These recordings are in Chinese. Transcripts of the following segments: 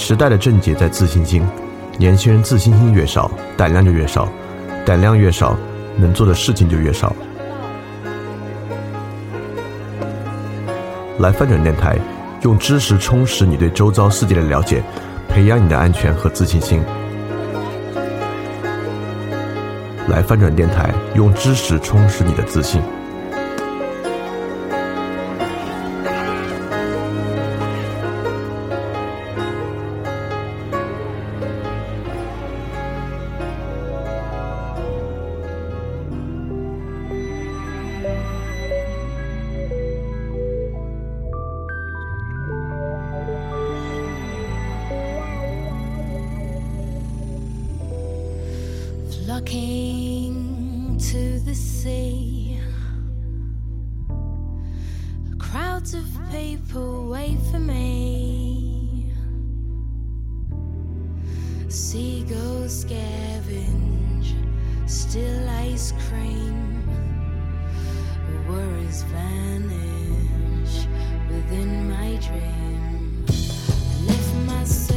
时代的症结在自信心，年轻人自信心越少，胆量就越少，胆量越少，能做的事情就越少。来翻转电台，用知识充实你对周遭世界的了解，培养你的安全和自信心。来翻转电台，用知识充实你的自信。 Flocking to the sea, crowds of people wait for me. Seagulls scavenge still ice cream, worries vanish within my dream. I lift myself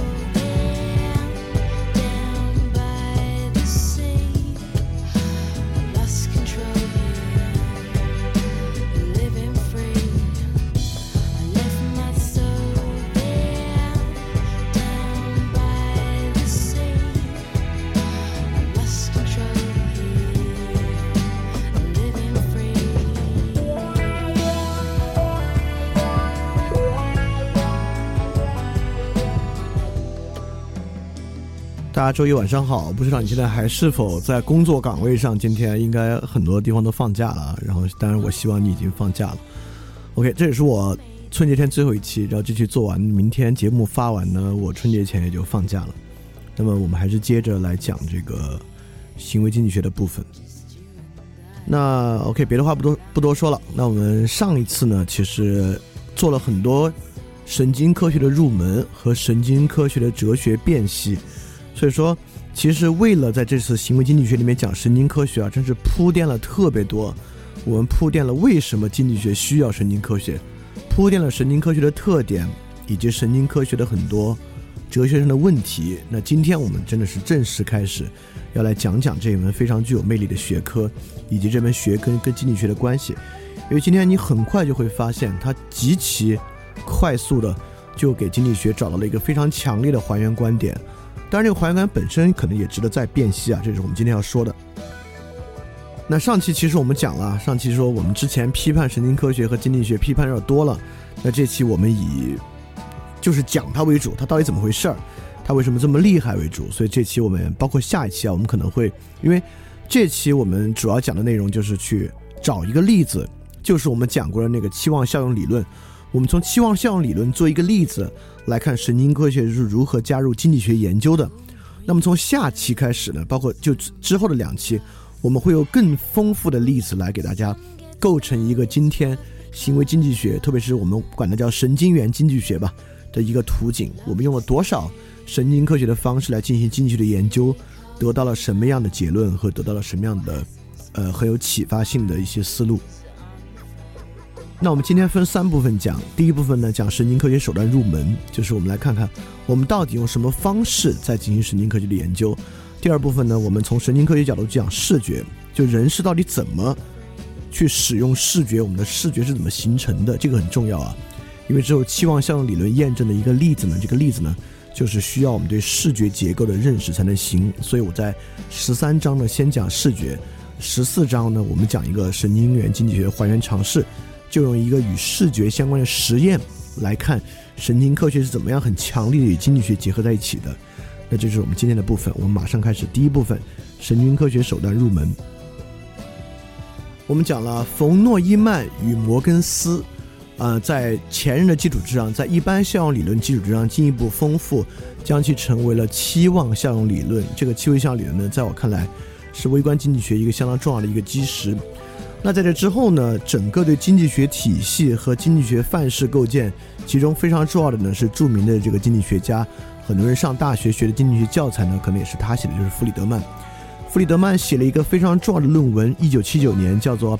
大家周一晚上好，不知道你现在还是否在工作岗位上，今天应该很多地方都放假了，然后当然我希望你已经放假了。 OK， 这也是我春节前最后一期，然后这期做完，明天节目发完呢，我春节前也就放假了。那么我们还是接着来讲这个行为经济学的部分。那 OK， 别的话不多说了。那我们上一次呢，其实做了很多神经科学的入门和神经科学的哲学辨析，所以说其实为了在这次行为经济学里面讲神经科学啊，真是铺垫了特别多。我们铺垫了为什么经济学需要神经科学，铺垫了神经科学的特点，以及神经科学的很多哲学上的问题。那今天我们真的是正式开始要来讲讲这一门非常具有魅力的学科，以及这门学科跟经济学的关系。因为今天你很快就会发现它极其快速的就给经济学找到了一个非常强烈的还原观点。当然这个还原观本身可能也值得再辨析啊，这是我们今天要说的。那上期其实我们讲了，上期说我们之前批判神经科学和经济学批判有点多了，那这期我们以就是讲它为主，它到底怎么回事儿，它为什么这么厉害为主。所以这期我们包括下一期啊，我们可能会，因为这期我们主要讲的内容就是去找一个例子，就是我们讲过的那个期望效用理论。我们从期望效用理论做一个例子来看神经科学是如何加入经济学研究的。那么从下期开始呢，包括就之后的2期，我们会有更丰富的例子来给大家构成一个今天行为经济学，特别是我们管它叫神经元经济学吧的一个图景。我们用了多少神经科学的方式来进行经济学的研究，得到了什么样的结论和得到了什么样的很有启发性的一些思路。那我们今天分3部分讲。第一部分呢，讲神经科学手段入门，就是我们来看看我们到底用什么方式在进行神经科学的研究。第二部分呢，我们从神经科学角度讲视觉，就人是到底怎么去使用视觉，我们的视觉是怎么形成的，这个很重要啊。因为只有期望效用理论验证的一个例子呢，这个例子呢就是需要我们对视觉结构的认识才能行。所以我在13章呢先讲视觉，14章呢我们讲一个神经元经济学的还原尝试，就用一个与视觉相关的实验来看神经科学是怎么样很强力的与经济学结合在一起的。那这就是我们今天的部分，我们马上开始第一部分，神经科学手段入门。我们讲了冯诺依曼与摩根斯在前人的基础之上，在一般效用理论基础之上进一步丰富，将其成为了期望效用理论。这个期望效用理论呢，在我看来是微观经济学一个相当重要的一个基石。那在这之后呢，整个对经济学体系和经济学范式构建，其中非常重要的呢是著名的这个经济学家，很多人上大学学的经济学教材呢，可能也是他写的，就是弗里德曼。弗里德曼写了一个非常重要的论文，1979年叫做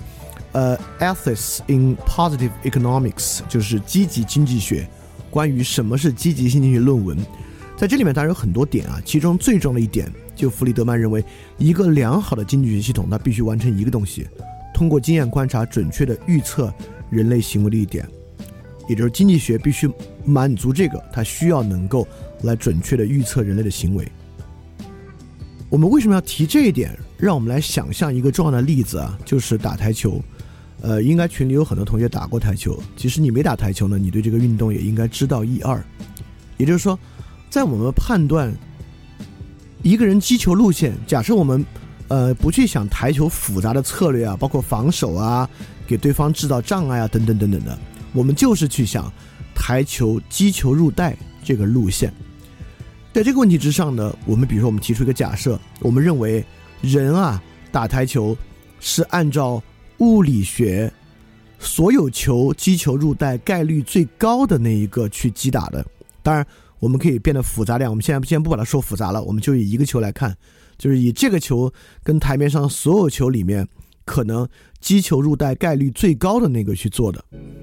Ethics in Positive Economics， 就是积极经济学，关于什么是积极经济学论文。 在这里面当然有很多点啊，其中最重要的一点，就弗里德曼认为，一个良好的经济学系统它必须完成一个东西，通过经验观察准确的预测人类行为的一点，也就是经济学必须满足这个，它需要能够来准确的预测人类的行为。我们为什么要提这一点？让我们来想象一个重要的例子啊，就是打台球。应该群里有很多同学打过台球，即使你没打台球呢，你对这个运动也应该知道一二。也就是说，在我们判断一个人击球路线，假设我们不去想台球复杂的策略啊，包括防守啊，给对方制造障碍啊等等等等的，我们就是去想台球击球入袋这个路线。在这个问题之上呢，我们比如说我们提出一个假设，我们认为人啊打台球是按照物理学所有球击球入袋概率最高的那一个去击打的。当然我们可以变得复杂点，我们现在不把它说复杂了，我们就以一个球来看，就是以这个球跟台面上所有球里面可能击球入袋概率最高的那个去做的。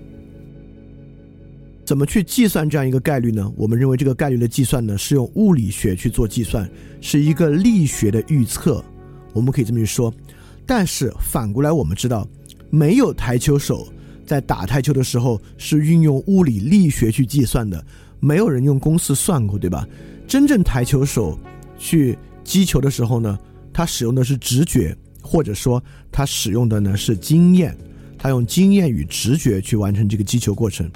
怎么去计算这样一个概率呢？我们认为这个概率的计算呢，是用物理学去做计算，是一个力学的预测，我们可以这么去说。但是反过来我们知道，没有台球手在打台球的时候是运用物理力学去计算的，没有人用公式算过，对吧？真正台球手去击球的时候呢，他使用的是直觉，或者说他使用的呢是经验，他用经验与直觉去完成这个击球过程。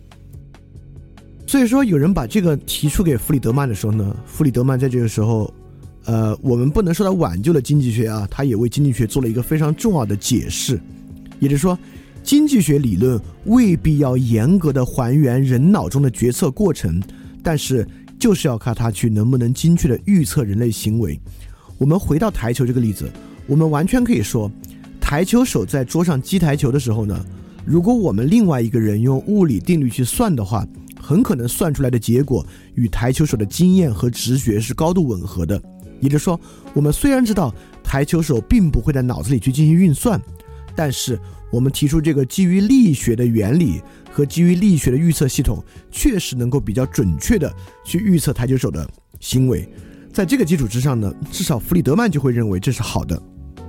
所以说有人把这个提出给弗里德曼的时候呢，弗里德曼在这个时候我们不能说他挽救了经济学啊，他也为经济学做了一个非常重要的解释。也就是说，经济学理论未必要严格的还原人脑中的决策过程，但是就是要看它去能不能精确的预测人类行为。我们回到台球这个例子，我们完全可以说，台球手在桌上击台球的时候呢，如果我们另外一个人用物理定律去算的话，很可能算出来的结果与台球手的经验和直觉是高度吻合的。也就是说，我们虽然知道台球手并不会在脑子里去进行运算，但是我们提出这个基于力学的原理和基于力学的预测系统，确实能够比较准确的去预测台球手的行为。在这个基础之上呢，至少弗里德曼就会认为这是好的。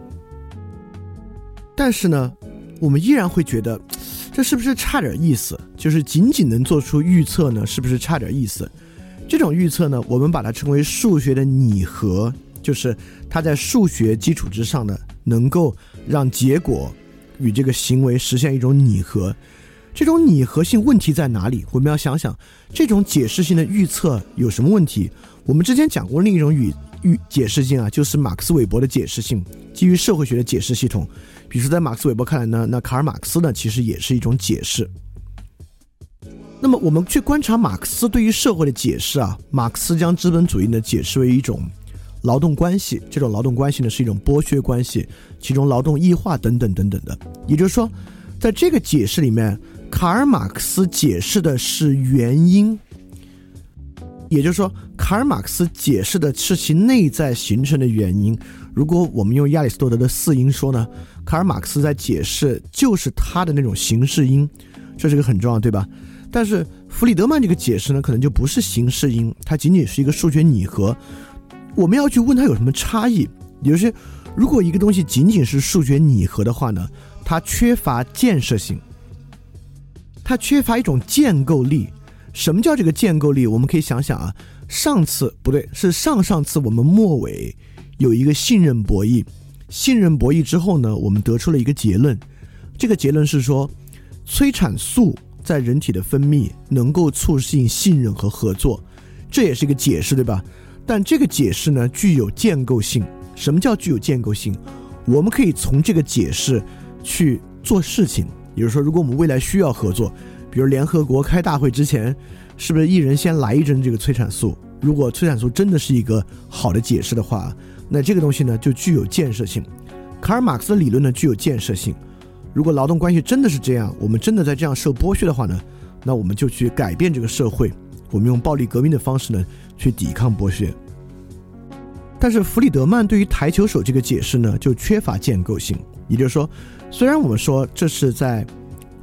但是呢，我们依然会觉得这是不是差点意思，就是仅仅能做出预测呢，是不是差点意思？这种预测呢，我们把它称为数学的拟合，就是它在数学基础之上呢，能够让结果与这个行为实现一种拟合。这种拟合性问题在哪里？我们要想想这种解释性的预测有什么问题。我们之前讲过另一种解释性啊，就是马克思韦伯的解释性，基于社会学的解释系统。比如说在马克思韦伯看来呢，那卡尔马克思呢其实也是一种解释。那么我们去观察马克思对于社会的解释啊，马克思将资本主义呢解释为一种劳动关系，这种劳动关系呢是一种剥削关系，其中劳动异化等等等等的。也就是说，在这个解释里面，卡尔马克思解释的是原因，也就是说卡尔马克思解释的是其内在形成的原因。如果我们用亚里士多德的四因说呢，卡尔马克思在解释就是他的那种形式因，这是个很重要，对吧？但是弗里德曼这个解释呢，可能就不是形式因，它仅仅是一个数学拟合。我们要去问它有什么差异，也就是如果一个东西仅仅是数学拟合的话呢，它缺乏建设性，它缺乏一种建构力。什么叫这个建构力？我们可以想想啊，上次我们末尾有一个信任博弈，信任博弈之后呢，我们得出了一个结论，这个结论是说催产素在人体的分泌能够促进信任和合作，这也是一个解释，对吧？但这个解释呢具有建构性。什么叫具有建构性？我们可以从这个解释去做事情。比如说，如果我们未来需要合作，比如联合国开大会之前，是不是一人先来一针这个催产素？如果催产素真的是一个好的解释的话，那这个东西呢就具有建设性。卡尔马克思的理论呢具有建设性。如果劳动关系真的是这样，我们真的在这样受剥削的话呢，那我们就去改变这个社会，我们用暴力革命的方式呢去抵抗剥削。但是弗里德曼对于台球手这个解释呢就缺乏建构性。也就是说，虽然我们说这是在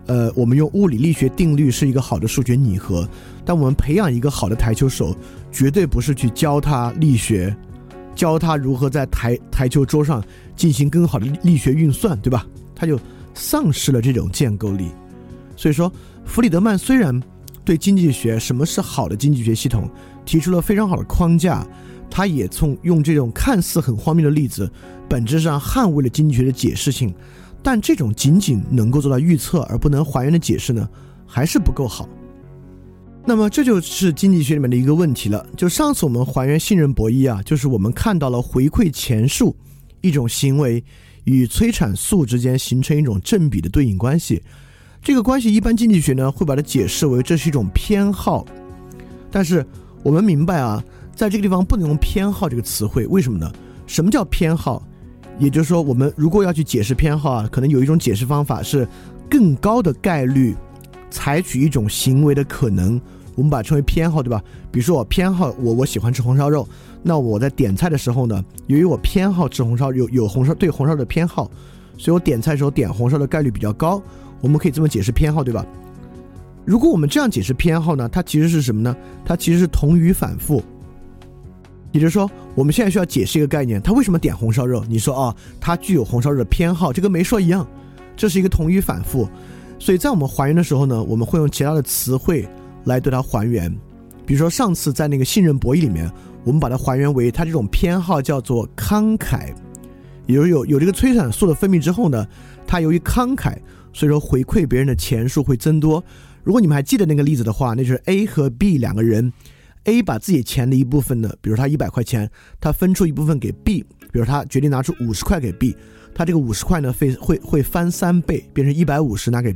我们用物理力学定律是一个好的数学拟合，但我们培养一个好的台球手，绝对不是去教他力学，教他如何在台球桌上进行更好的力学运算，对吧？他就丧失了这种建构力。所以说，弗里德曼虽然对经济学什么是好的经济学系统提出了非常好的框架，他也用这种看似很荒谬的例子，本质上捍卫了经济学的解释性。但这种仅仅能够做到预测而不能还原的解释呢，还是不够好。那么这就是经济学里面的一个问题了。就上次我们还原信任博弈啊，就是我们看到了回馈前述一种行为与催产素之间形成一种正比的对应关系。这个关系一般经济学呢会把它解释为这是一种偏好，但是我们明白啊，在这个地方不能用偏好这个词汇，为什么呢？什么叫偏好？也就是说，我们如果要去解释偏好啊，可能有一种解释方法是更高的概率采取一种行为的可能，我们把它称为偏好，对吧？比如说我偏好我喜欢吃红烧肉，那我在点菜的时候呢，由于我偏好吃红烧，有红烧对红烧的偏好，所以我点菜的时候点红烧的概率比较高，我们可以这么解释偏好，对吧？如果我们这样解释偏好呢，它其实是什么呢？它其实是同语反复。也就是说，我们现在需要解释一个概念，他为什么点红烧肉？你说他具有红烧肉的偏好，这跟没说一样，这是一个同语反复。所以在我们还原的时候呢，我们会用其他的词汇来对它还原。比如说上次在那个信任博弈里面，我们把它还原为它这种偏好叫做慷慨，有这个催产素的分泌之后呢，它由于慷慨，所以说回馈别人的钱数会增多。如果你们还记得那个例子的话，那就是 A 和 B 两个人，A 把自己钱的一部分呢，比如他100块钱，他分出一部分给 B， 比如他决定拿出50块给 B， 他这个50块呢会翻3倍，变成150拿给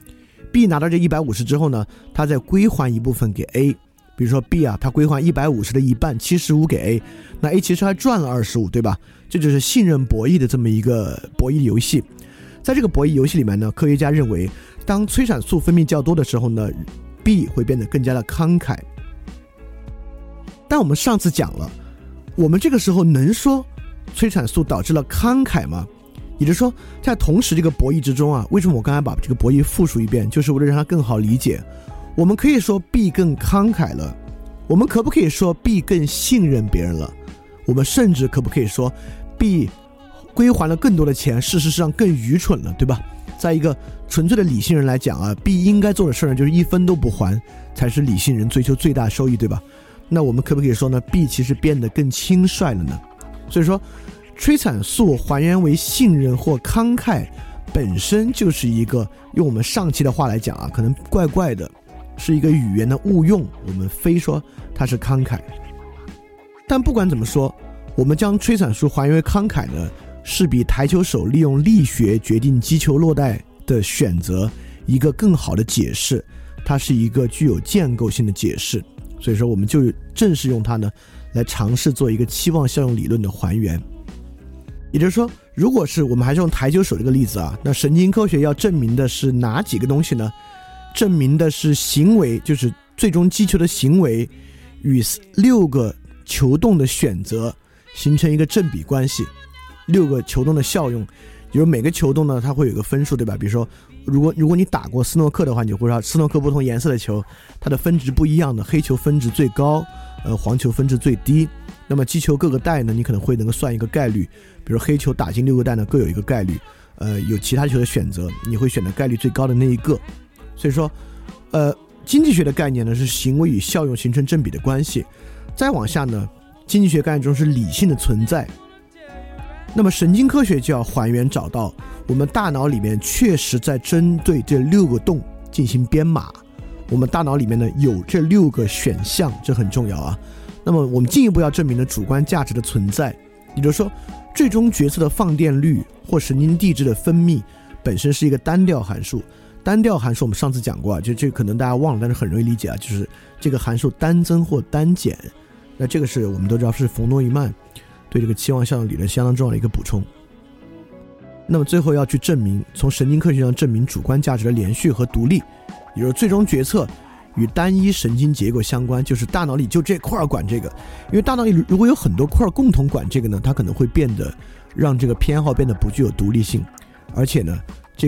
B。B 拿到这150之后呢，他再归还一部分给 A， 比如说 B 啊，他归还150的一半75给 A， 那 A 其实还赚了25，对吧？这就是信任博弈的这么一个博弈游戏。在这个博弈游戏里面呢，科学家认为，当催产素分泌较多的时候呢， B 会变得更加的慷慨。但我们上次讲了，我们这个时候能说催产素导致了慷慨吗？也就是说，在同时这个博弈之中啊，为什么我刚才把这个博弈复述一遍，就是为了让它更好理解。我们可以说 B 更慷慨了，我们可不可以说 B 更信任别人了？我们甚至可不可以说 B 归还了更多的钱，事实上更愚蠢了，对吧？在一个纯粹的理性人来讲啊， B 应该做的事呢，就是1分都不还，才是理性人追求最大收益，对吧？那我们可不可以说呢 B 其实变得更轻率了呢？所以说催产素还原为信任或慷慨本身就是一个，用我们上期的话来讲啊，可能怪怪的，是一个语言的误用，我们非说它是慷慨。但不管怎么说，我们将催产素还原为慷慨呢，是比台球手利用力学决定击球落袋的选择一个更好的解释，它是一个具有建构性的解释。所以说我们就正式用它呢来尝试做一个期望效用理论的还原。也就是说，如果是我们还是用台球手这个例子啊，那神经科学要证明的是哪几个东西呢？证明的是行为，就是最终击球的行为与6个球动的选择形成一个正比关系，6个球动的效用，比如每个球动呢它会有一个分数，对吧？比如说如果你打过斯诺克的话，你就会知道斯诺克不同颜色的球它的分值不一样的，黑球分值最高，黄球分值最低。那么击球各个袋呢，你可能会能够算一个概率，比如黑球打进6个袋呢各有一个概率，有其他球的选择，你会选择概率最高的那一个。所以说经济学的概念呢是行为与效用形成正比的关系，再往下呢经济学概念中是理性的存在。那么神经科学就要还原找到我们大脑里面确实在针对这6个洞进行编码，我们大脑里面呢有这6个选项，这很重要啊。那么我们进一步要证明的主观价值的存在，也就是说最终决策的放电率或神经递质的分泌本身是一个单调函数。单调函数我们上次讲过啊，就这个可能大家忘了，但是很容易理解啊，就是这个函数单增或单减。那这个是我们都知道是冯诺依曼对这个期望效应理论相当重要的一个补充。那么最后要去证明，从神经科学上证明主观价值的连续和独立，也就是最终决策与单一神经结构相关，就是大脑里就这块管这个，因为大脑里如果有很多块共同管这个呢，它可能会变得让这个偏好变得不具有独立性，而且呢这个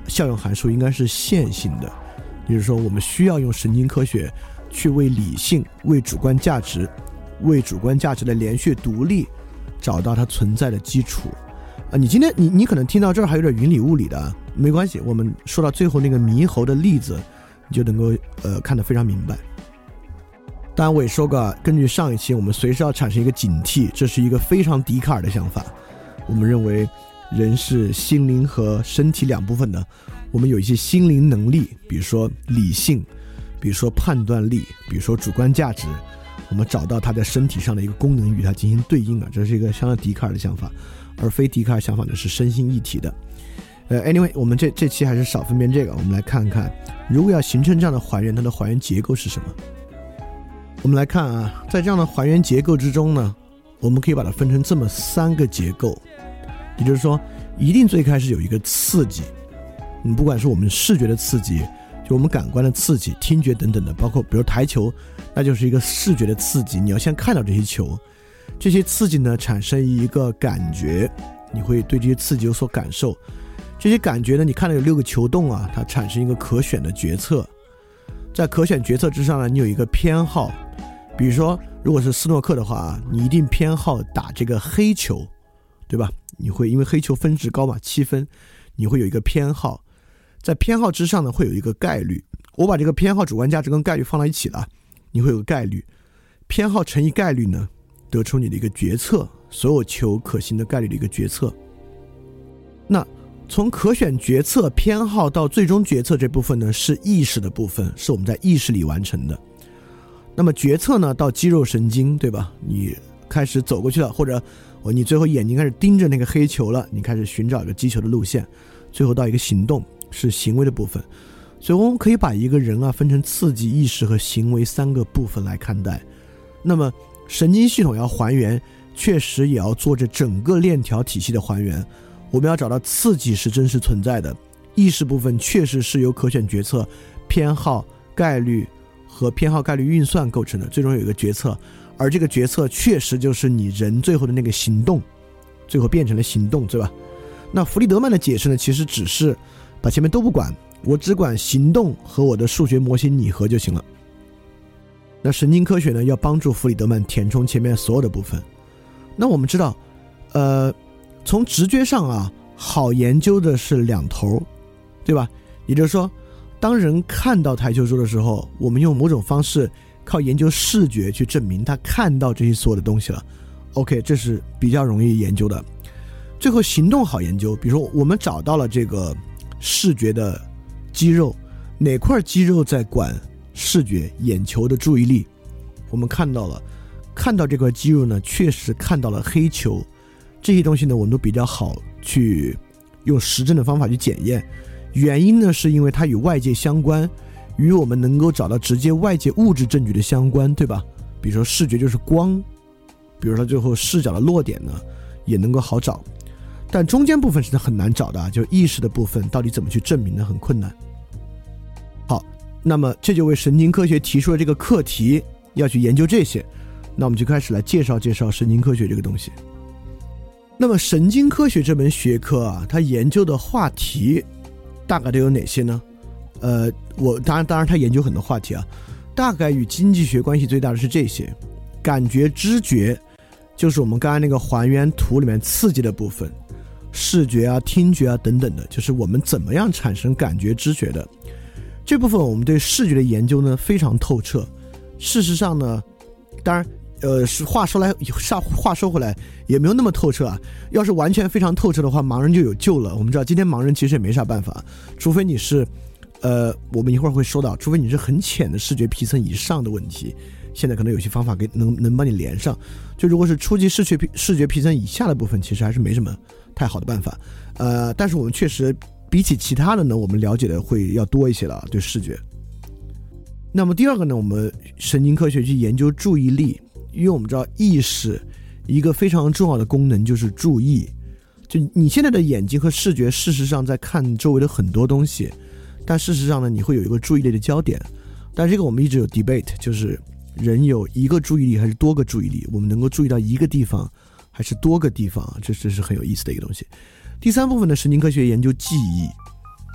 效用函数应该是线性的，也就是说我们需要用神经科学去为理性、为主观价值、为主观价值的连续独立找到它存在的基础。你今天你可能听到这儿还有点云里雾里的，没关系，我们说到最后那个猕猴的例子，你就能够看得非常明白。当然我也说过，根据上一期我们随时要产生一个警惕，这是一个非常笛卡尔的想法。我们认为人是心灵和身体两部分的，我们有一些心灵能力，比如说理性，比如说判断力，比如说主观价值，我们找到它在身体上的一个功能与它进行对应啊，这是一个相当笛卡尔的想法，而非笛卡尔想法呢是身心一体的。anyway 我们这期还是少分辨这个，我们来看看如果要形成这样的还原，它的还原结构是什么。我们来看啊，在这样的还原结构之中呢，我们可以把它分成这么3个结构，也就是说一定最开始有一个刺激，不管是我们视觉的刺激，就我们感官的刺激，听觉等等的，包括比如台球，那就是一个视觉的刺激，你要先看到这些球，这些刺激呢产生一个感觉，你会对这些刺激有所感受，这些感觉呢，你看到有6个球洞啊，它产生一个可选的决策，在可选决策之上呢，你有一个偏好，比如说如果是斯诺克的话，你一定偏好打这个黑球，对吧？你会因为黑球分值高嘛，7分，你会有一个偏好，在偏好之上呢会有一个概率，我把这个偏好、主观价值跟概率放在一起了，你会有个概率，偏好乘以概率呢得出你的一个决策，所有球可行的概率的一个决策。那从可选决策、偏好到最终决策这部分呢是意识的部分，是我们在意识里完成的。那么决策呢到肌肉神经，对吧？你开始走过去了，或者你最后眼睛开始盯着那个黑球了，你开始寻找一个击球的路线，最后到一个行动，是行为的部分。所以我们可以把一个人啊分成刺激、意识和行为3个部分来看待。那么神经系统要还原，确实也要做这整个链条体系的还原。我们要找到刺激是真实存在的，意识部分确实是由可选决策、偏好、概率和偏好概率运算构成的，最终有一个决策，而这个决策确实就是你人最后的那个行动，最后变成了行动，对吧？那弗里德曼的解释呢，其实只是把前面都不管，我只管行动和我的数学模型拟合就行了。那神经科学呢，要帮助弗里德曼填充前面所有的部分。那我们知道从直觉上啊，好研究的是2头，对吧？也就是说当人看到台球桌的时候，我们用某种方式靠研究视觉去证明他看到这些所有的东西了， OK， 这是比较容易研究的。最后行动好研究，比如说我们找到了这个视觉的肌肉，哪块肌肉在管视觉眼球的注意力，我们看到了，看到这块肌肉呢确实看到了黑球，这些东西呢我们都比较好去用实证的方法去检验。原因呢是因为它与外界相关，与我们能够找到直接外界物质证据的相关，对吧？比如说视觉就是光，比如说最后视角的落点呢也能够好找，但中间部分是很难找的，就意识的部分到底怎么去证明呢，很困难。好，那么这就为神经科学提出了这个课题，要去研究这些。那我们就开始来介绍神经科学这个东西。那么神经科学这门学科啊，它研究的话题大概都有哪些呢？我当然它研究很多话题啊，大概与经济学关系最大的是这些：感觉、知觉，就是我们刚才那个还原图里面刺激的部分，视觉啊、听觉啊等等的，就是我们怎么样产生感觉、知觉的这部分。我们对视觉的研究呢非常透彻。事实上呢，当然话说回来也没有那么透彻啊。要是完全非常透彻的话，盲人就有救了。我们知道今天盲人其实也没啥办法，除非你是我们一会儿会说到，除非你是很浅的视觉皮层以上的问题，现在可能有些方法能帮你连上。就如果是初级视觉皮层以下的部分，其实还是没什么太好的办法。但是我们确实比起其他的呢，我们了解的会要多一些了，对视觉。那么第二个呢，我们神经科学去研究注意力，因为我们知道意识一个非常重要的功能就是注意。就你现在的眼睛和视觉事实上在看周围的很多东西，但事实上呢你会有一个注意力的焦点。但这个我们一直有 debate， 就是人有一个注意力还是多个注意力，我们能够注意到一个地方还是多个地方，这是很有意思的一个东西。第三部分的神经科学研究记忆，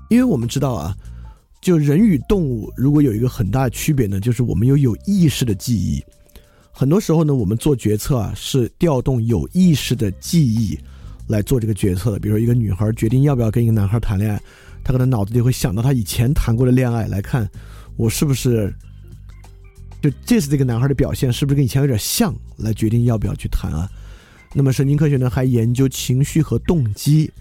因为我们知道啊，就人与动物如果有一个很大的区别呢，就是我们有意识的记忆。很多时候呢，我们做决策啊，是调动有意识的记忆来做这个决策的。比如说一个女孩决定要不要跟一个男孩谈恋爱，她可能脑子里会想到她以前谈过的恋爱，来看我是不是就这次这个男孩的表现是不是跟以前有点像，来决定要不要去谈啊。那么神经科学呢还研究情绪和动机，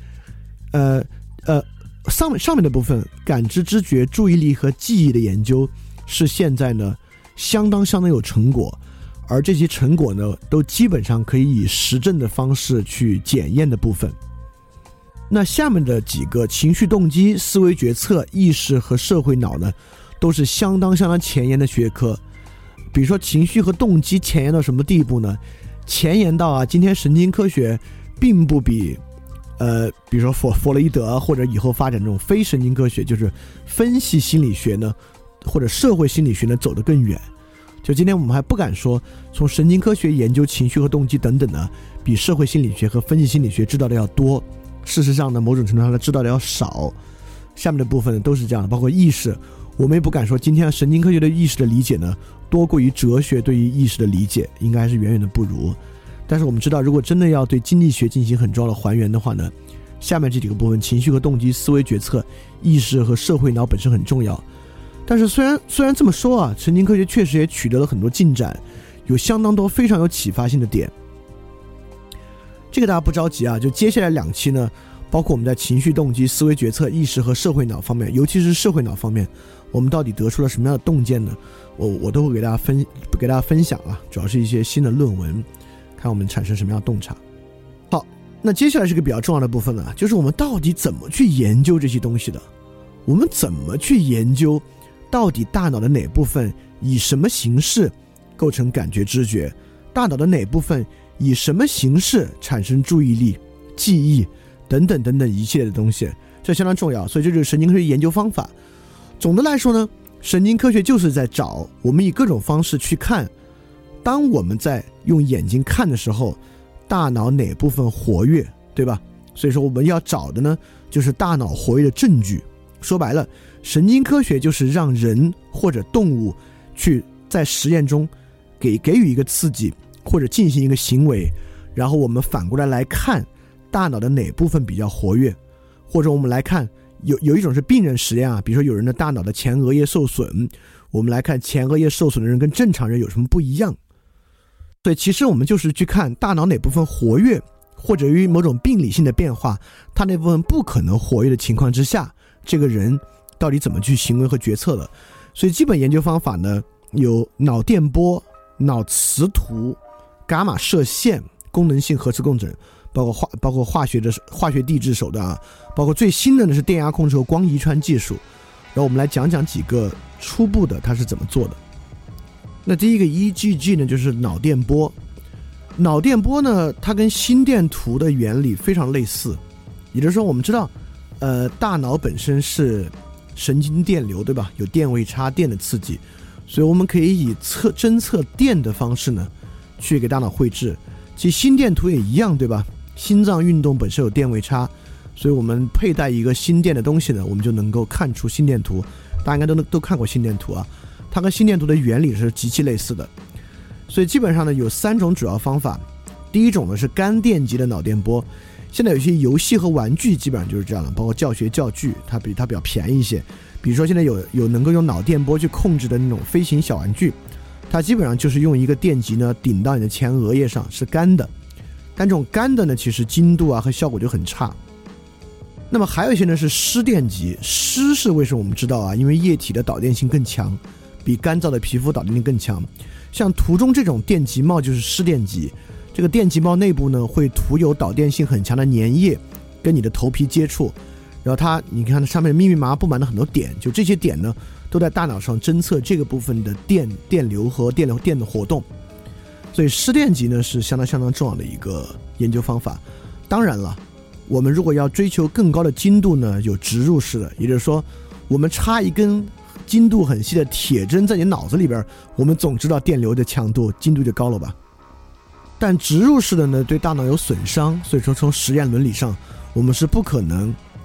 上面的部分感知、知觉、注意力和记忆的研究是现在呢相当有成果，而这些成果呢都基本上可以以实证的方式去检验的部分。那下面的几个情绪、动机、思维、决策、意识和社会脑呢，都是相当前沿的学科。比如说情绪和动机前沿到什么地步呢？前沿到啊，今天神经科学并不比比如说弗洛伊德或者以后发展这种非神经科学，就是分析心理学呢，或者社会心理学呢走得更远。就今天我们还不敢说从神经科学研究情绪和动机等等呢，比社会心理学和分析心理学知道的要多。事实上呢，某种程度上知道的要少。下面的部分呢都是这样的，包括意识，我们也不敢说今天神经科学的意识的理解呢多过于哲学对于意识的理解，应该是远远的不如。但是我们知道，如果真的要对经济学进行很重要的还原的话呢，下面这几个部分，情绪和动机、思维决策、意识和社会脑本身很重要。但是虽然这么说啊，神经科学确实也取得了很多进展，有相当多非常有启发性的点。这个大家不着急啊，就接下来2期呢，包括我们在情绪、动机、思维决策、意识和社会脑方面，尤其是社会脑方面，我们到底得出了什么样的洞见呢？我都会给大家分享啊，主要是一些新的论文，看我们产生什么样的洞察。好，那接下来是个比较重要的部分呢，就是我们到底怎么去研究这些东西的？我们怎么去研究到底大脑的哪部分以什么形式构成感觉知觉，大脑的哪部分以什么形式产生注意力、记忆等等一系列的东西，这相当重要。所以这就是神经科学研究方法。总的来说呢，神经科学就是在找我们以各种方式去看，当我们在用眼睛看的时候，大脑哪部分活跃，对吧？所以说我们要找的呢，就是大脑活跃的证据。说白了，神经科学就是让人或者动物去在实验中给予一个刺激，或者进行一个行为，然后我们反过来看大脑的哪部分比较活跃，或者我们来看有一种是病人实验啊，比如说有人的大脑的前额叶受损，我们来看前额叶受损的人跟正常人有什么不一样。所以其实我们就是去看大脑哪部分活跃，或者于某种病理性的变化，它那部分不可能活跃的情况之下，这个人到底怎么去行为和决策的。所以基本研究方法呢，有脑电波、脑磁图、伽马射线、功能性核磁共振，包括化学地质手段啊，包括最新的呢是电压控制和光遗传技术。然后我们来讲几个初步的它是怎么做的。那第一个 EEG 呢，就是脑电波。脑电波呢，它跟心电图的原理非常类似，也就是说我们知道大脑本身是神经电流，对吧？有电位差、电的刺激，所以我们可以以侦测电的方式呢去给大脑绘制。其实心电图也一样，对吧？心脏运动本身有电位差，所以我们佩戴一个心电的东西呢，我们就能够看出心电图。大家应该都看过心电图啊，它跟心电图的原理是极其类似的。所以基本上呢有3种主要方法。第一种呢是干电极的脑电波，现在有些游戏和玩具基本上就是这样的，包括教学教具，它比较便宜一些。比如说现在有能够用脑电波去控制的那种飞行小玩具，它基本上就是用一个电极呢顶到你的前额叶上，是干的。但这种干的呢，其实精度啊和效果就很差。那么还有一些呢是湿电极，湿是为什么我们知道啊？因为液体的导电性更强，比干燥的皮肤导电性更强。像图中这种电极帽就是湿电极，这个电极帽内部呢会涂有导电性很强的粘液，跟你的头皮接触，然后你看它上面密密麻麻布满了很多点，就这些点呢都在大脑上侦测这个部分的电流和电的活动。所以湿电极呢是相当重要的一个研究方法。当然了，我们如果要追求更高的精度呢，有植入式的，也就是说我们插一根精度很细的铁针在你脑子里边，我们总知道电流的强度精度就高了吧。但植入式的呢对大脑有损伤，所以说从实验伦理上我们是不可能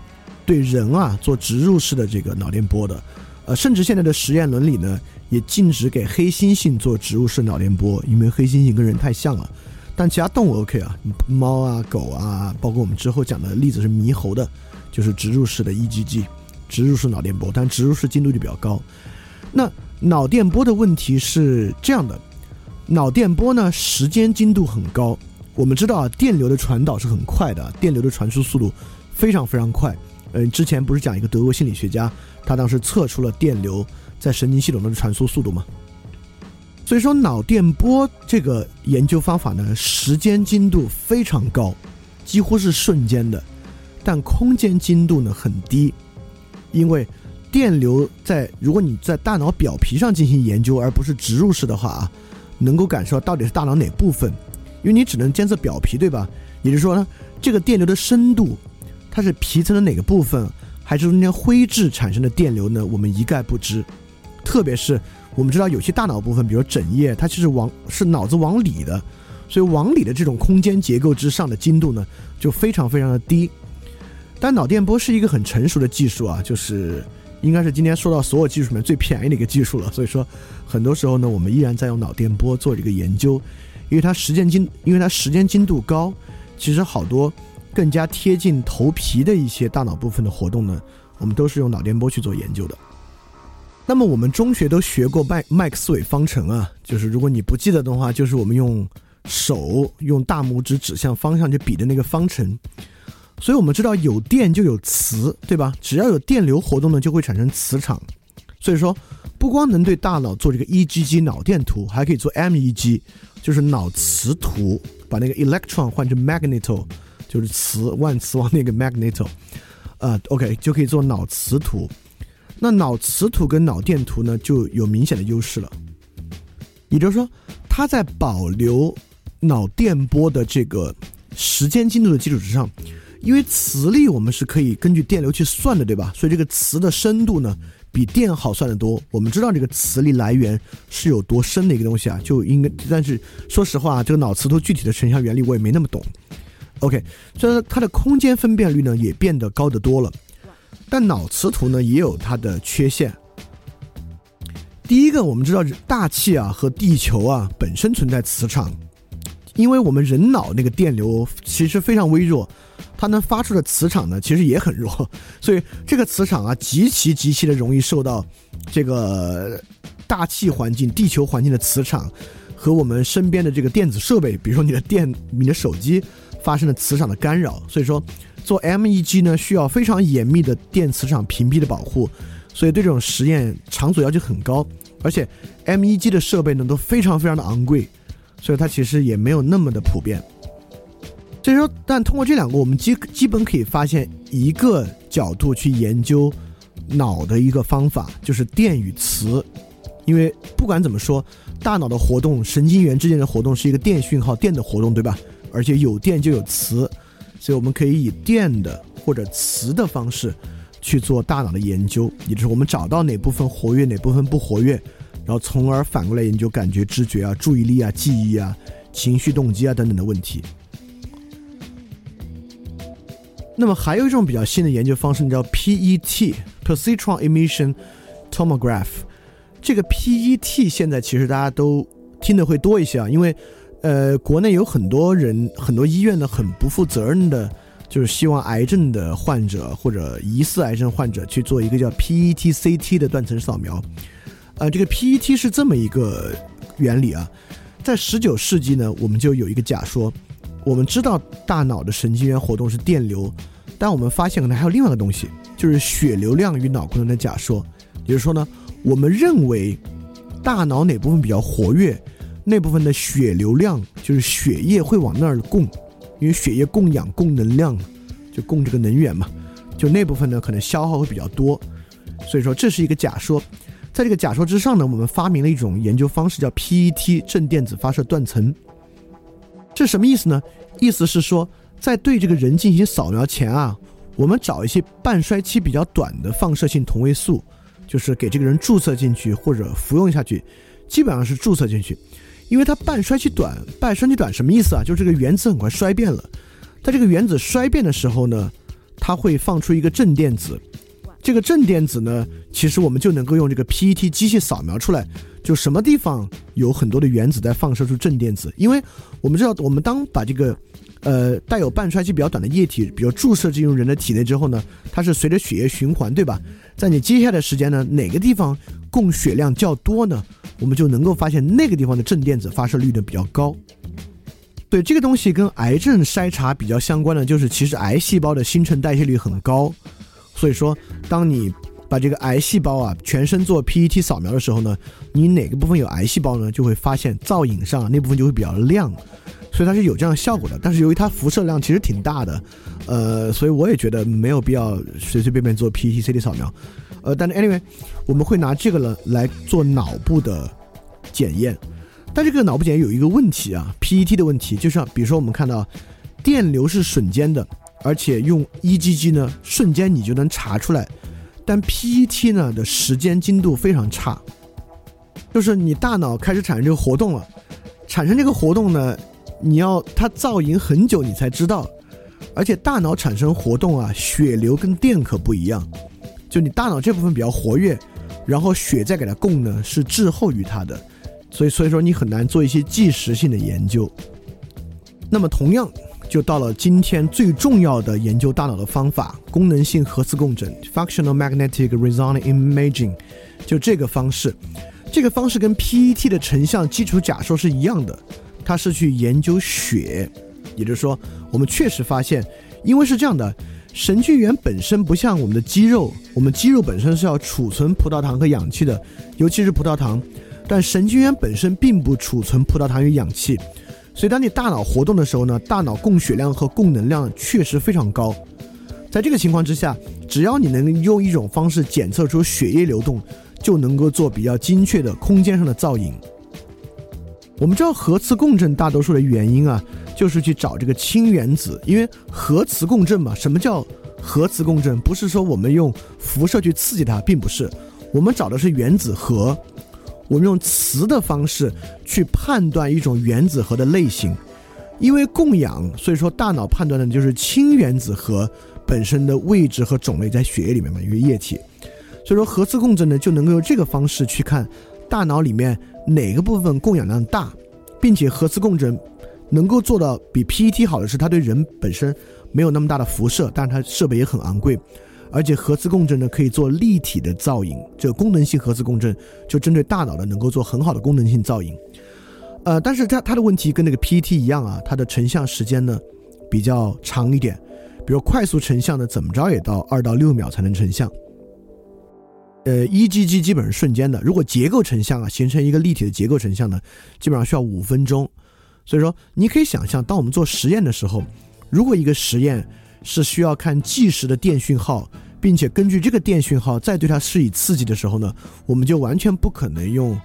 对人啊做植入式的这个脑电波的，甚至现在的实验伦理呢也禁止给黑猩猩做植入式脑电波，因为黑猩猩跟人太像了。但其他动物 OK 啊，猫啊狗啊，包括我们之后讲的例子是猕猴的，就是植入式的 EGG 植入式脑电波，但植入式精度就比较高。那脑电波的问题是这样的，脑电波呢时间精度很高，我们知道啊，电流的传导是很快的，电流的传输速度非常非常快。之前不是讲一个德国心理学家，他当时测出了电流在神经系统中的传输速度吗？所以说脑电波这个研究方法呢，时间精度非常高，几乎是瞬间的，但空间精度呢很低。因为电流如果你在大脑表皮上进行研究，而不是植入式的话啊，能够感受到底是大脑哪部分，因为你只能监测表皮，对吧？也就是说呢，这个电流的深度，它是皮层的哪个部分，还是中间灰质产生的电流呢？我们一概不知。特别是我们知道有些大脑部分，比如枕叶，它其实是脑子往里的，所以往里的这种空间结构之上的精度呢，就非常非常的低。但脑电波是一个很成熟的技术啊，就是应该是今天说到所有技术里面最便宜的一个技术了。所以说，很多时候呢，我们依然在用脑电波做这个研究，因为它时间精度高，其实好多更加贴近头皮的一些大脑部分的活动呢，我们都是用脑电波去做研究的。那么我们中学都学过麦克斯韦方程啊，就是如果你不记得的话，就是我们用手用大拇指指向方向去比的那个方程。所以我们知道有电就有磁，对吧？只要有电流活动呢，就会产生磁场。所以说不光能对大脑做这个 EGG 脑电图，还可以做 MEG 就是脑磁图，把那个 electron 换成 magneto， 就是磁万磁王那个 magneto OK 就可以做脑磁图。那脑磁图跟脑电图呢就有明显的优势了，也就是说它在保留脑电波的这个时间精度的基础之上，因为磁力我们是可以根据电流去算的，对吧？所以这个磁的深度呢比电好算得多。我们知道这个磁力来源是有多深的一个东西啊，就应该，但是说实话，这个脑磁图具体的成像原理我也没那么懂。OK， 所以它的空间分辨率呢也变得高得多了。但脑磁图呢也有它的缺陷。第一个，我们知道大气啊和地球啊本身存在磁场，因为我们人脑那个电流其实非常微弱，它能发出的磁场呢其实也很弱，所以这个磁场啊极其的容易受到这个大气环境、地球环境的磁场和我们身边的这个电子设备，比如说你的手机发生的磁场的干扰。所以说做 MEG 呢需要非常严密的电磁场屏蔽的保护，所以对这种实验场所要求很高，而且 MEG 的设备呢都非常非常的昂贵，所以它其实也没有那么的普遍。所以说，但通过这两个我们基本可以发现一个角度去研究脑的一个方法，就是电与磁。因为不管怎么说，大脑的活动，神经元之间的活动是一个电讯号，电的活动，对吧？而且有电就有磁，所以我们可以以电的或者磁的方式去做大脑的研究，也就是我们找到哪部分活跃哪部分不活跃，然后从而反过来研究感觉、知觉啊、注意力啊、记忆啊、情绪、动机啊等等的问题。那么还有一种比较新的研究方式叫 PET Positron Emission Tomograph。 这个 PET 现在其实大家都听得会多一些啊，因为国内有很多人很多医院呢很不负责任的，就是希望癌症的患者或者疑似癌症患者去做一个叫 PET-CT 的断层扫描。这个 PET 是这么一个原理啊，在19世纪呢我们就有一个假说，我们知道大脑的神经元活动是电流，但我们发现可能还有另外一个东西，就是血流量与脑功能的假说。也就是说呢，我们认为大脑哪部分比较活跃，那部分的血流量就是血液会往那儿供，因为血液供氧供能量，就供这个能源嘛，就那部分呢可能消耗会比较多。所以说这是一个假说。在这个假说之上呢，我们发明了一种研究方式叫 PET 正电子发射断层。这什么意思呢？意思是说在对这个人进行扫描前啊，我们找一些半衰期比较短的放射性同位素，就是给这个人注射进去或者服用下去，基本上是注射进去。因为它半衰期短什么意思啊？就是这个原子很快衰变了，在这个原子衰变的时候呢， 它会放出一个正电子，这个正电子呢，其实我们就能够用这个 PET 机器扫描出来，就什么地方有很多的原子在放射出正电子。因为我们知道，我们当把这个带有半衰期比较短的液体，比如注射进入人的体内之后呢，它是随着血液循环，对吧？在你接下来的时间呢，哪个地方供血量较多呢，我们就能够发现那个地方的正电子发射率呢比较高。对，这个东西跟癌症筛查比较相关的就是，其实癌细胞的新陈代谢率很高，所以说当你把这个癌细胞啊全身做 PET 扫描的时候呢，你哪个部分有癌细胞呢，就会发现造影上那部分就会比较亮，所以它是有这样的效果的。但是由于它辐射量其实挺大的，所以我也觉得没有必要随随便便做 PET CT 扫描。但是 anyway， 我们会拿这个来做脑部的检验。但这个脑部检验有一个问题啊 ，PET 的问题，就像比如说我们看到电流是瞬间的，而且用 EEG 呢，瞬间你就能查出来。但 PET 呢的时间精度非常差，就是你大脑开始产生这个活动了，产生这个活动呢，你要它造影很久你才知道，而且大脑产生活动啊，血流跟电可不一样，就你大脑这部分比较活跃，然后血再给它供呢是滞后于它的，所以说你很难做一些即时性的研究。那么同样就到了今天最重要的研究大脑的方法，功能性核磁共振 Functional Magnetic Resonance Imaging， 就这个方式。这个方式跟 PET 的成像基础假说是一样的，它是去研究血。也就是说我们确实发现，因为是这样的，神经元本身不像我们的肌肉，我们肌肉本身是要储存葡萄糖和氧气的，尤其是葡萄糖，但神经元本身并不储存葡萄糖与氧气，所以当你大脑活动的时候呢，大脑供血量和供能量确实非常高。在这个情况之下，只要你能用一种方式检测出血液流动，就能够做比较精确的空间上的造影。我们知道核磁共振大多数的原因啊，就是去找这个氢原子，因为核磁共振嘛，什么叫核磁共振？不是说我们用辐射去刺激它，并不是，我们找的是原子核，我们用磁的方式去判断一种原子核的类型。因为供氧，所以说大脑判断的就是氢原子核本身的位置和种类在血液里面嘛，因为液体。所以说核磁共振呢，就能够用这个方式去看大脑里面哪个部分供氧量大，并且核磁共振能够做到比 PET 好的是，它对人本身没有那么大的辐射，但是它设备也很昂贵，而且核磁共振呢可以做立体的造影，这个功能性核磁共振就针对大脑的能够做很好的功能性造影。但是它的问题跟那个 PET 一样啊，它的成像时间呢比较长一点，比如快速成像呢怎么着也到2到6秒才能成像。EEG 基本是瞬间的，如果结构成像啊，形成一个立体的结构成像呢，基本上需要5分钟。所以说你可以想象，当我们做实验的时候，如果一个实验是需要看即时的电讯号，并且根据这个电讯号再对它施以刺激的时候呢，我们就完全不可能用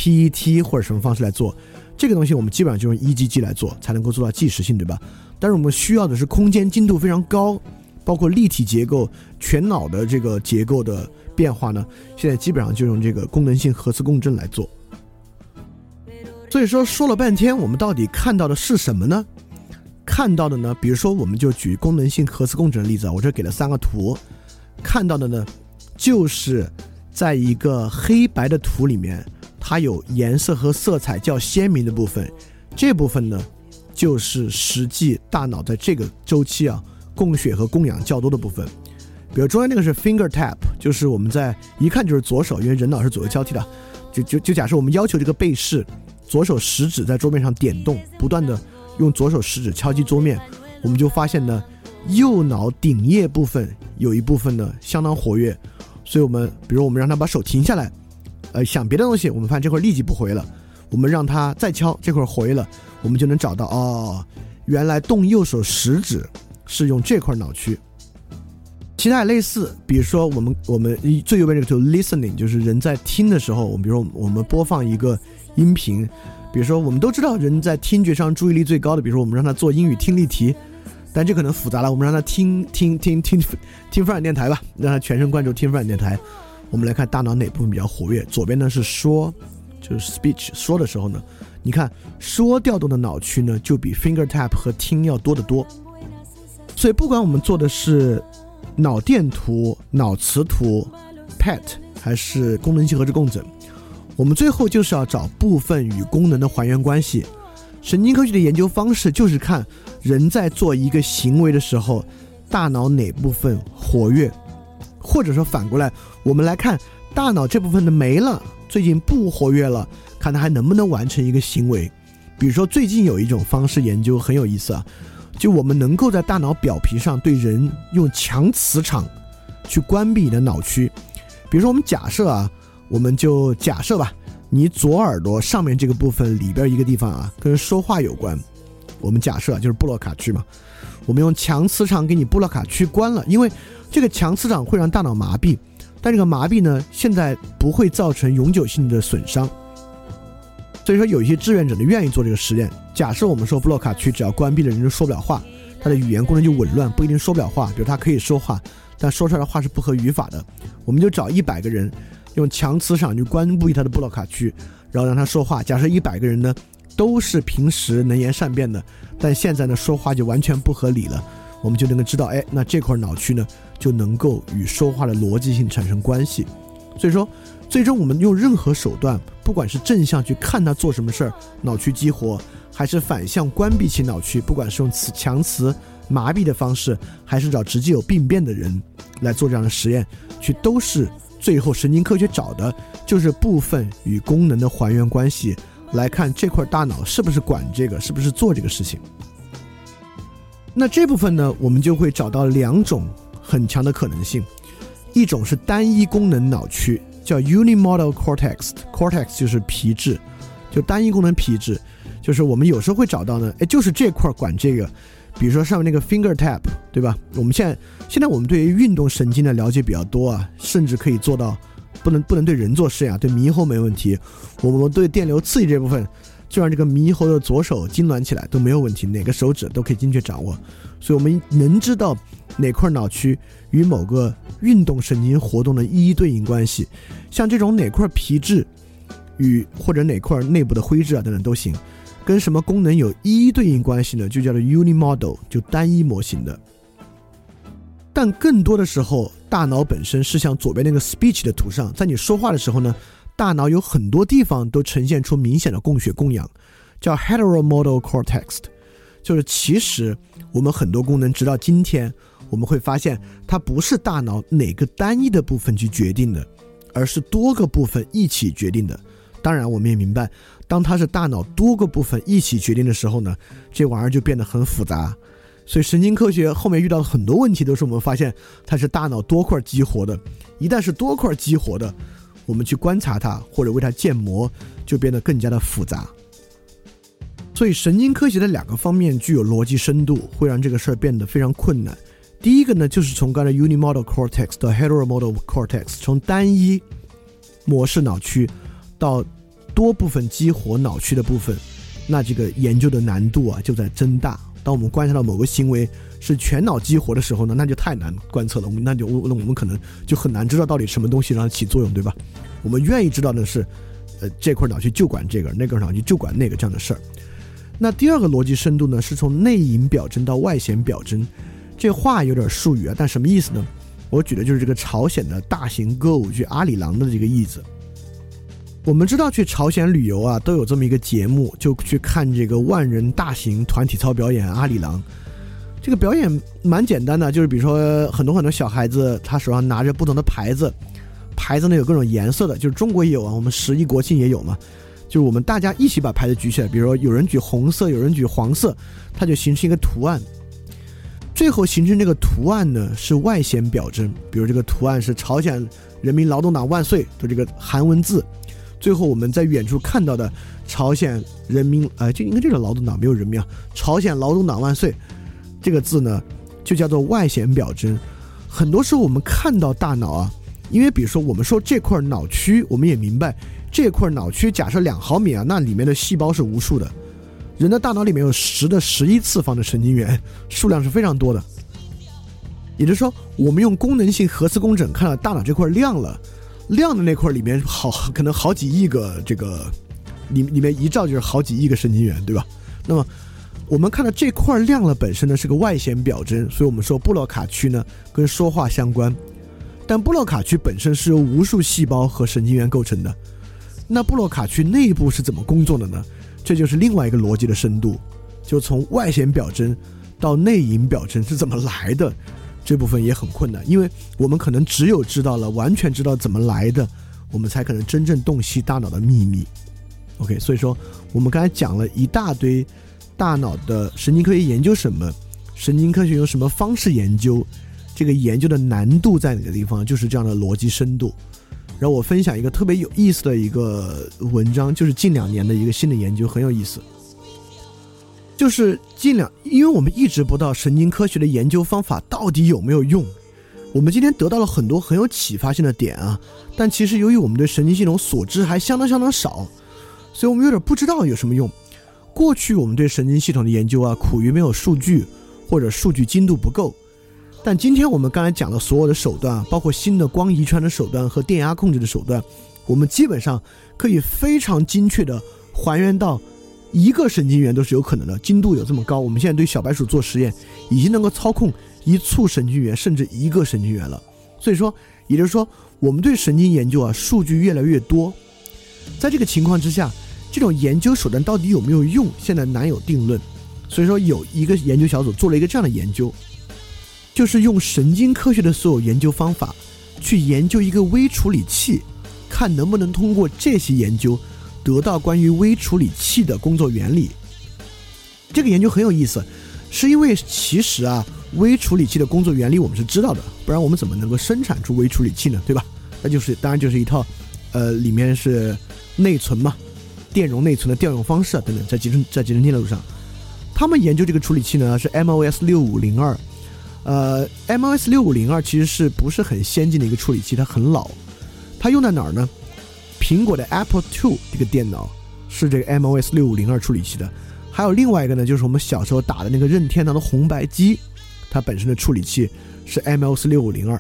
PET 或者什么方式来做，这个东西我们基本上就用 EEG 来做，才能够做到即时性，对吧？但是我们需要的是空间精度非常高，包括立体结构、全脑的这个结构的变化呢，现在基本上就用这个功能性核磁共振来做。所以说了半天，我们到底看到的是什么呢？看到的呢，比如说我们就举功能性核磁共振的例子啊，我这给了3个图，看到的呢，就是在一个黑白的图里面，它有颜色和色彩较鲜明的部分，这部分呢，就是实际大脑在这个周期啊，供血和供氧较多的部分。比如中间那个是 finger tap， 就是我们在一看就是左手，因为人脑是左右交替的，就假设我们要求这个被试，左手食指在桌面上点动，不断的用左手食指敲击桌面，我们就发现呢，右脑顶叶部分有一部分呢相当活跃，所以比如我们让他把手停下来，想别的东西，我们发现这块立即不活跃了，我们让他再敲，这块活跃了，我们就能找到原来动右手食指是用这块脑区。其他也类似，比如说我们最右边这个就 listening， 就是人在听的时候，比如说我们播放一个音频，比如说我们都知道人在听觉上注意力最高的，比如说我们让他做英语听力题，但这可能复杂了，我们让他听风软电台吧，让他全神贯注听风软电台。我们来看大脑哪部分比较活跃，左边呢是说，就是 speech 说的时候呢，你看说调动的脑区呢就比 finger tap 和听要多得多。所以不管我们做的是脑电图、脑磁图、PET 还是功能性核磁共振，我们最后就是要找部分与功能的还原关系。神经科学的研究方式就是看人在做一个行为的时候，大脑哪部分活跃，或者说反过来，我们来看大脑这部分的没了，最近不活跃了，看它还能不能完成一个行为。比如说最近有一种方式研究很有意思啊，就我们能够在大脑表皮上对人用强磁场去关闭你的脑区。比如说我们假设啊，我们就假设吧，你左耳朵上面这个部分里边一个地方啊，跟说话有关。我们假设就是布洛卡区嘛，我们用强磁场给你布洛卡区关了，因为这个强磁场会让大脑麻痹，但这个麻痹呢，现在不会造成永久性的损伤。所以说有一些志愿者呢愿意做这个实验。假设我们说布洛卡区只要关闭了，人就说不了话，他的语言功能就紊乱，不一定说不了话。比如他可以说话，但说出来的话是不合语法的。我们就找100个人，用强磁场去关闭他的布洛卡区，然后让他说话。假设100个人呢都是平时能言善辩的，但现在呢说话就完全不合理了，我们就能够知道，那这块脑区呢就能够与说话的逻辑性产生关系。所以说最终我们用任何手段，不管是正向去看他做什么事儿，脑区激活，还是反向关闭其脑区，不管是用强磁麻痹的方式，还是找直接有病变的人来做这样的实验，都是最后神经科学找的就是部分与功能的还原关系，来看这块大脑是不是管这个，是不是做这个事情。那这部分呢，我们就会找到2种很强的可能性。一种是单一功能脑区，叫 unimodal cortex 就是皮质，就单一功能皮质，就是我们有时候会找到呢，就是这块管这个。比如说上面那个 finger tap， 对吧？我们现在我们对于运动神经的了解比较多啊，甚至可以做到不能对人做实验啊，对猕猴没问题。我们对电流刺激这部分，就让这个猕猴的左手痉挛起来都没有问题，哪个手指都可以精确掌握。所以我们能知道哪块脑区与某个运动神经活动的一一对应关系。像这种哪块皮质与或者哪块内部的灰质啊等等都行，跟什么功能有一一对应关系呢，就叫做 unimodal， 就单一模型的。但更多的时候大脑本身是像左边那个 speech 的图上，在你说话的时候呢，大脑有很多地方都呈现出明显的供血供氧，叫 heteromodal cortex。 就是其实我们很多功能直到今天我们会发现它不是大脑哪个单一的部分去决定的，而是多个部分一起决定的。当然我们也明白，当它是大脑多个部分一起决定的时候呢，这玩意儿就变得很复杂。所以神经科学后面遇到的很多问题都是我们发现它是大脑多块激活的，一旦是多块激活的，我们去观察它或者为它建模就变得更加的复杂。所以神经科学的2个方面具有逻辑深度，会让这个事儿变得非常困难。第一个呢，就是从刚才 unimodal cortex 到 heteromodal cortex， 从单一模式脑区到多部分激活脑区的部分，那这个研究的难度啊就在增大。当我们观察到某个行为是全脑激活的时候呢，那就太难观测了，我们可能就很难知道到底什么东西让它起作用，对吧？我们愿意知道的是这块脑区就管这个，那个脑区就管那个，这样的事儿。那第2个逻辑深度呢，是从内隐表征到外显表征。这话有点术语啊，但什么意思呢？我举的就是这个朝鲜的大型歌舞剧阿里郎的这个例子。我们知道去朝鲜旅游啊，都有这么一个节目，就去看这个万人大型团体操表演阿里郎。这个表演蛮简单的，就是比如说很多小孩子他手上拿着不同的牌子，牌子呢有各种颜色的，就是中国也有啊，我们11国庆也有嘛，就是我们大家一起把牌子举起来，比如说有人举红色，有人举黄色，它就形成一个图案。最后形成这个图案呢是外显表征，比如这个图案是朝鲜人民劳动党万岁的这个韩文字，最后我们在远处看到的朝鲜人民就应该这个劳动党没有人民啊，朝鲜劳动党万岁这个字呢就叫做外显表征。很多时候我们看到大脑啊，因为比如说我们说这块脑区，我们也明白这块脑区假设2毫米啊，那里面的细胞是无数的，人的大脑里面有10的11次方的神经元，数量是非常多的。也就是说我们用功能性核磁共振看到大脑这块亮了，亮的那块里面可能好几亿个这个里面一照就是好几亿个神经元，对吧？那么我们看到这块亮了本身呢是个外显表征，所以我们说布洛卡区呢跟说话相关。但布洛卡区本身是由无数细胞和神经元构成的，那布洛卡区内部是怎么工作的呢？这就是另外一个逻辑的深度，就从外显表征到内隐表征是怎么来的，这部分也很困难，因为我们可能只有知道了完全知道怎么来的，我们才可能真正洞悉大脑的秘密。 OK， 所以说我们刚才讲了一大堆大脑的神经科学研究什么，神经科学用什么方式研究，这个研究的难度在哪个地方，就是这样的逻辑深度。然后我分享一个特别有意思的一个文章，就是近2年的一个新的研究，很有意思。就是因为我们一直不知道神经科学的研究方法到底有没有用，我们今天得到了很多很有启发性的点啊，但其实由于我们对神经系统所知还相当少，所以我们有点不知道有什么用。过去我们对神经系统的研究啊，苦于没有数据，或者数据精度不够。但今天我们刚才讲的所有的手段，包括新的光遗传的手段和电压控制的手段，我们基本上可以非常精确的还原到一个神经元都是有可能的，精度有这么高。我们现在对小白鼠做实验，已经能够操控一簇神经元甚至一个神经元了。所以说，也就是说，我们对神经研究啊，数据越来越多。在这个情况之下，这种研究手段到底有没有用，现在难有定论。所以说，有一个研究小组做了一个这样的研究，就是用神经科学的所有研究方法去研究一个微处理器，看能不能通过这些研究得到关于微处理器的工作原理。这个研究很有意思，是因为其实啊，微处理器的工作原理我们是知道的，不然我们怎么能够生产出微处理器呢？对吧？那就是当然就是一套里面是内存嘛，电容内存的调用方式啊等等，在集成电路上，他们研究这个处理器呢是 MOS6502。MOS6502 其实是不是很先进的一个处理器，它很老。它用在哪儿呢？苹果的 Apple II 这个电脑是这个 MOS6502 处理器的，还有另外一个呢，就是我们小时候打的那个任天堂的红白机，它本身的处理器是 MOS6502。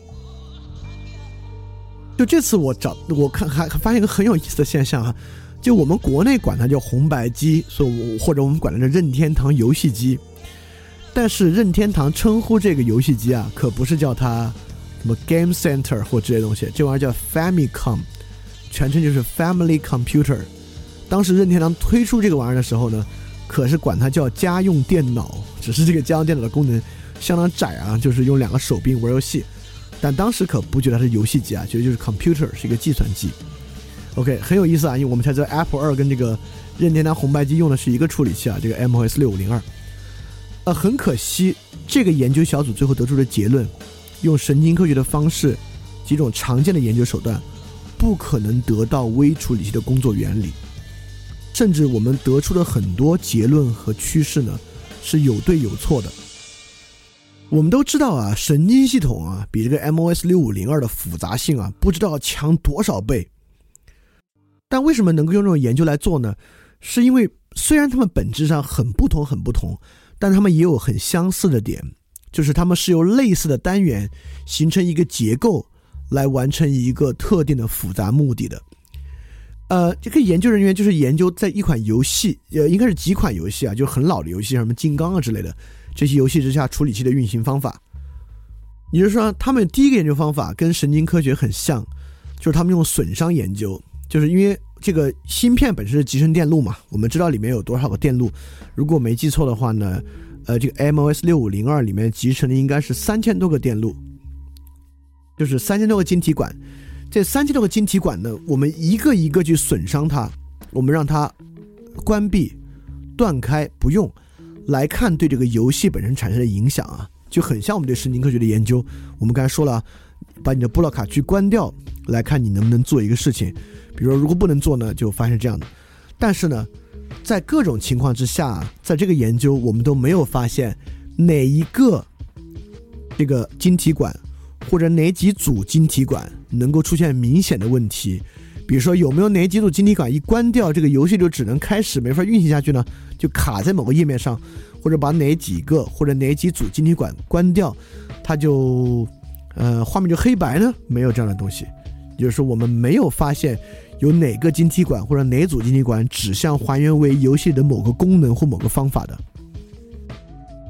就这次我看还发现一个很有意思的现象啊，就我们国内管它叫红白机，或者我们管它叫任天堂游戏机，但是任天堂称呼这个游戏机啊，可不是叫它什么 Game Center 或这些东西，这玩意儿叫 Famicom， 全称就是 Family Computer。 当时任天堂推出这个玩意儿的时候呢，可是管它叫家用电脑，只是这个家用电脑的功能相当窄啊，就是用2个手柄玩游戏，但当时可不觉得它是游戏机啊，觉得就是 computer， 是一个计算机。 OK， 很有意思啊，因为我们才知道 Apple II 跟这个任天堂红白机用的是一个处理器啊，这个 MOS6502。很可惜，这个研究小组最后得出的结论，用神经科学的方式，几种常见的研究手段，不可能得到微处理器的工作原理。甚至我们得出的很多结论和趋势呢，是有对有错的。我们都知道啊，神经系统啊，比这个 MOS6502 的复杂性啊，不知道强多少倍。但为什么能够用这种研究来做呢？是因为虽然它们本质上很不同，但它们也有很相似的点，就是它们是由类似的单元形成一个结构来完成一个特定的复杂目的的。这个研究人员就是研究在一款游戏，应该是几款游戏啊，就很老的游戏，像什么金刚啊之类的，这些游戏之下处理器的运行方法。也就是说，他们第一个研究方法跟神经科学很像，就是他们用损伤研究，就是因为这个芯片本身是集成电路嘛，我们知道里面有多少个电路，如果没记错的话呢，这个 MOS6502 里面集成的应该是3000多个电路，就是3000多个晶体管。这3000多个晶体管呢，我们一个一个去损伤它，我们让它关闭、断开、不用，来看对这个游戏本身产生的影响啊，就很像我们对神经科学的研究。我们刚才说了，把你的布洛卡区关掉，来看你能不能做一个事情。比如说，如果不能做呢，就发生这样的。但是呢，在各种情况之下，在这个研究我们都没有发现哪一个这个晶体管或者哪几组晶体管能够出现明显的问题。比如说，有没有哪几组晶体管一关掉，这个游戏就只能开始没法运行下去呢？就卡在某个页面上，或者把哪几个或者哪几组晶体管关掉，它就画面就黑白呢？没有这样的东西。也就是说，我们没有发现有哪个晶体管或者哪组晶体管指向还原为游戏的某个功能或某个方法的。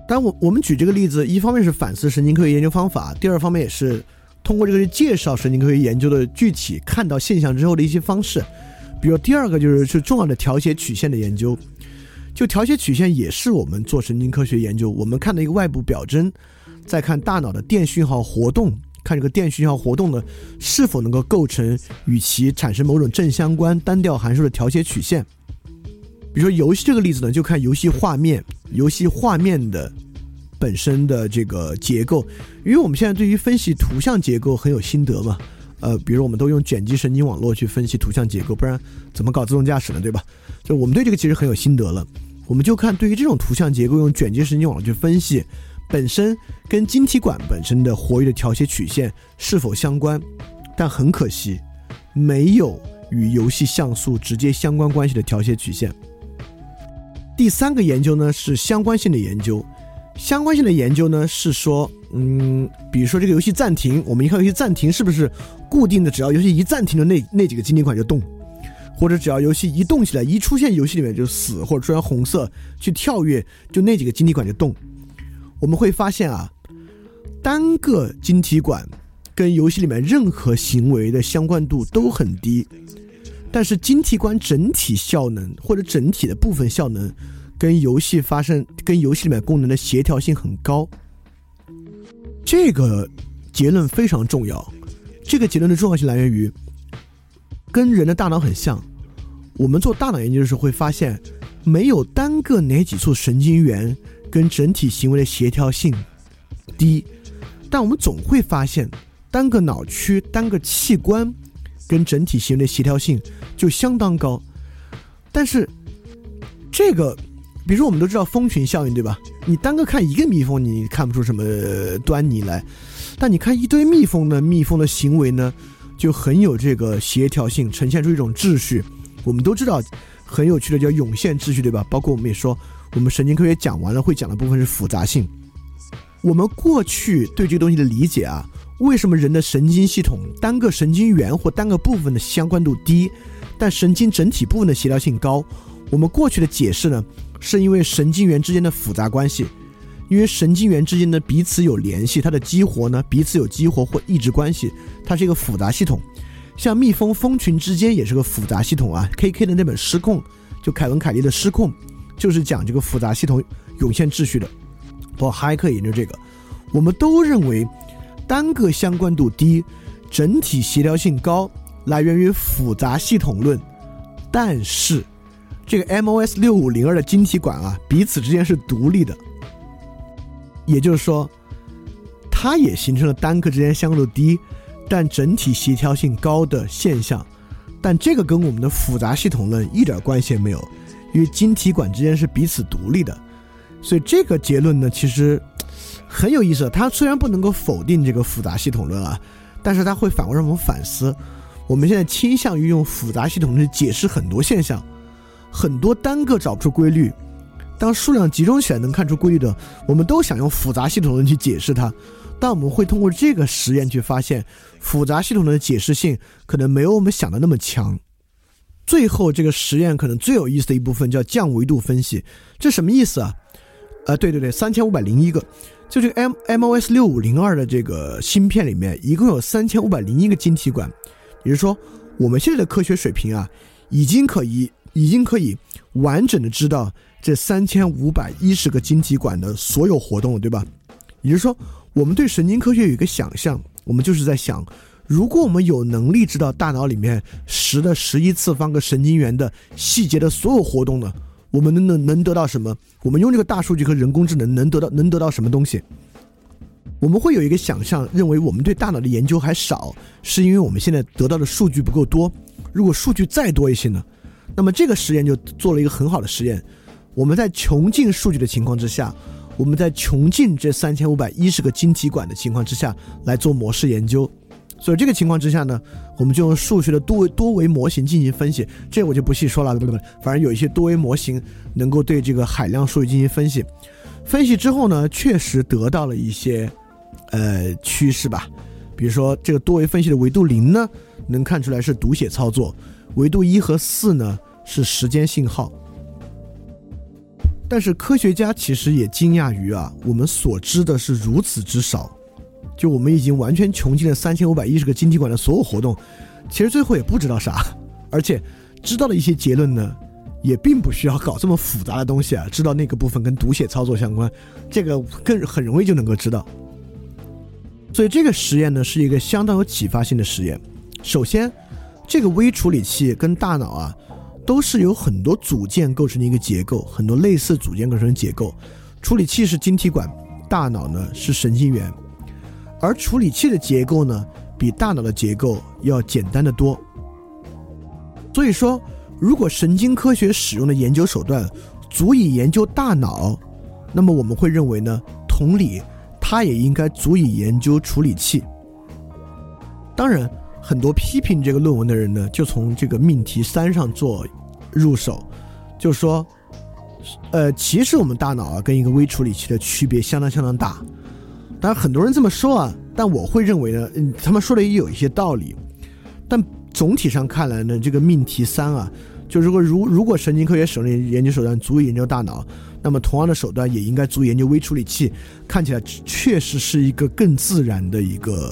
当然我们举这个例子，一方面是反思神经科学研究方法，第二方面也是通过这个去介绍神经科学研究的具体看到现象之后的一些方式。比如第二个就是重要的调谐曲线的研究。就调谐曲线也是我们做神经科学研究，我们看的一个外部表征，再看大脑的电讯号活动，看这个电讯号活动呢是否能够构成与其产生某种正相关单调函数的调谐曲线。比如说游戏这个例子呢，就看游戏画面的本身的这个结构，因为我们现在对于分析图像结构很有心得嘛，比如我们都用卷积神经网络去分析图像结构，不然怎么搞自动驾驶呢，对吧？就我们对这个其实很有心得了，我们就看对于这种图像结构用卷积神经网络去分析，本身跟晶体管本身的活跃的调谐曲线是否相关，但很可惜没有与游戏像素直接相关关系的调谐曲线。第三个研究呢是相关性的研究。相关性的研究呢是说，比如说这个游戏暂停，我们一看游戏暂停是不是固定的，只要游戏一暂停的那几个晶体管就动，或者只要游戏一动起来，一出现游戏里面就死，或者出现红色去跳跃，就那几个晶体管就动。我们会发现啊，单个晶体管跟游戏里面任何行为的相关度都很低，但是晶体管整体效能或者整体的部分效能跟游戏里面功能的协调性很高。这个结论非常重要，这个结论的重要性来源于跟人的大脑很像，我们做大脑研究的时候会发现没有单个哪几处神经元跟整体行为的协调性低，但我们总会发现单个脑区单个器官跟整体行为的协调性就相当高。但是这个比如说我们都知道蜂群效应，对吧？你单个看一个蜜蜂你看不出什么端倪来，但你看一堆蜜蜂呢，蜜蜂的行为呢就很有这个协调性，呈现出一种秩序。我们都知道很有趣的叫涌现秩序，对吧？包括我们也说我们神经科学讲完了会讲的部分是复杂性。我们过去对这个东西的理解啊，为什么人的神经系统单个神经元或单个部分的相关度低，但神经整体部分的协调性高？我们过去的解释呢是因为神经元之间的复杂关系，因为神经元之间的彼此有联系，它的激活呢彼此有激活或抑制关系，它是一个复杂系统。像蜜蜂蜂群之间也是个复杂系统啊 ，KK 的那本失控，就凯文凯利的失控，就是讲这个复杂系统涌现秩序的，包括哈耶克研究这个。我们都认为单个相关度低，整体协调性高，来源于复杂系统论。但是这个 MOS6502 的晶体管啊，彼此之间是独立的，也就是说它也形成了单个之间相关度低但整体协调性高的现象，但这个跟我们的复杂系统论一点关系也没有，因为晶体管之间是彼此独立的。所以这个结论呢其实很有意思，它虽然不能够否定这个复杂系统论啊，但是它会反过来让我们反思，我们现在倾向于用复杂系统论解释很多现象，很多单个找不出规律，当数量集中起来能看出规律的，我们都想用复杂系统论去解释它，但我们会通过这个实验去发现复杂系统论的解释性可能没有我们想的那么强。最后这个实验可能最有意思的一部分叫降维度分析，这什么意思啊？对，3501个，就这个 MOS6502 的这个芯片里面一共有3501个晶体管，也就是说我们现在的科学水平啊已经可以完整的知道这3510个晶体管的所有活动了，对吧？也就是说我们对神经科学有一个想象，我们就是在想，如果我们有能力知道大脑里面10的11次方个神经元的细节的所有活动呢，我们能得到什么？我们用这个大数据和人工智能能得到什么东西？我们会有一个想象，认为我们对大脑的研究还少，是因为我们现在得到的数据不够多。如果数据再多一些呢？那么这个实验就做了一个很好的实验，我们在穷尽数据的情况之下，我们在穷尽这3510个晶体管的情况之下来做模式研究。所以这个情况之下呢，我们就用数学的多维模型进行分析，这我就不细说了，反正有一些多维模型能够对这个海量数据进行分析。分析之后呢，确实得到了一些趋势吧。比如说这个多维分析的维度0呢，能看出来是读写操作，维度1和4呢是时间信号。 但是科学家其实也惊讶于我们所知的是如此之少，就我们已经完全穷尽了3510个晶体管的所有活动，其实最后也不知道啥，而且知道的一些结论呢，也并不需要搞这么复杂的东西知道那个部分跟读写操作相关，这个很容易就能够知道。所以这个实验呢是一个相当有启发性的实验。首先，这个微处理器跟大脑都是由很多组件构成的一个结构，很多类似组件构成的结构。处理器是晶体管，大脑呢是神经元，而处理器的结构呢比大脑的结构要简单得多。所以说，如果神经科学使用的研究手段足以研究大脑，那么我们会认为呢，同理，它也应该足以研究处理器。当然，很多批评这个论文的人呢，就从这个命题3上做入手，就说其实我们大脑跟一个微处理器的区别相当大。当然很多人这么说但我会认为呢，他们说的也有一些道理。但总体上看来呢，这个命题3就如果神经科学使用的研究手段足以研究大脑，那么同样的手段也应该足以研究微处理器，看起来确实是一个更自然的一个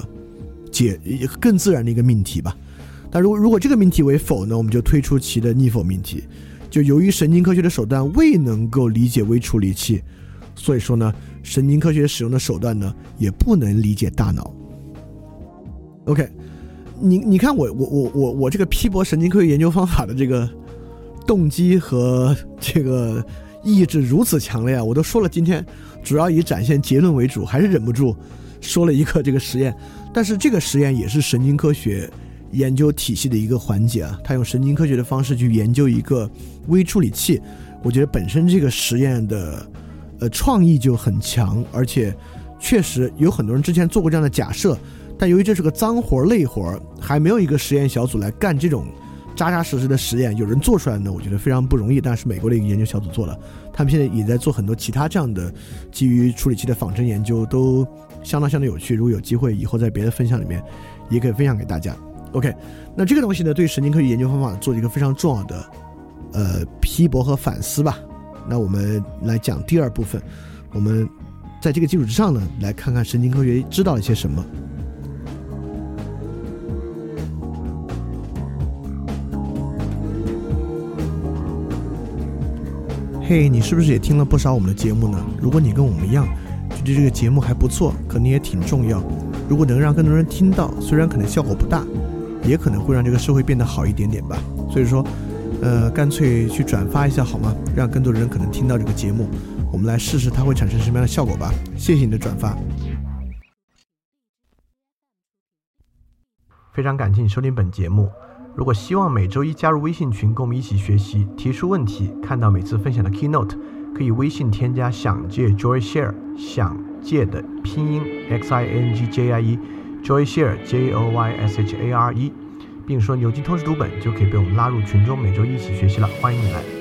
命题吧。但如果这个命题为否呢，我们就推出其的逆否命题，就由于神经科学的手段未能够理解微处理器，所以说呢，神经科学使用的手段呢也不能理解大脑。 OK， 你看我这个批驳神经科学研究方法的这个动机和这个意志如此强烈我都说了，今天主要以展现结论为主，还是忍不住说了一个这个实验。但是这个实验也是神经科学研究体系的一个环节它用神经科学的方式去研究一个微处理器，我觉得本身这个实验的创意就很强，而且确实有很多人之前做过这样的假设，但由于这是个脏活累活，还没有一个实验小组来干这种扎扎实实的实验，有人做出来呢，我觉得非常不容易。但是美国的一个研究小组做了，他们现在也在做很多其他这样的基于处理器的仿真研究，都相当有趣。如果有机会以后在别的分享里面也可以分享给大家。 OK， 那这个东西呢，对神经科学研究方法做一个非常重要的批驳和反思吧。那我们来讲第二部分，我们在这个基础之上呢，来看看神经科学知道了些什么。嘿，你是不是也听了不少我们的节目呢？如果你跟我们一样觉得这个节目还不错，可能也挺重要，如果能让更多人听到，虽然可能效果不大，也可能会让这个社会变得好一点点吧。所以说干脆去转发一下好吗？让更多人可能听到这个节目，我们来试试它会产生什么样的效果吧。谢谢你的转发。 非常感谢你收听本节目。如果希望每周一加入微信群跟我们一起学习，提出问题，看到每次分享的 keynote， 可以微信添加想借 JoyShare， 想借的拼音 XINGJIE， JoyShare JOYSHARE， 并说牛津通识读本，就可以被我们拉入群中，每周一起学习了，欢迎你来。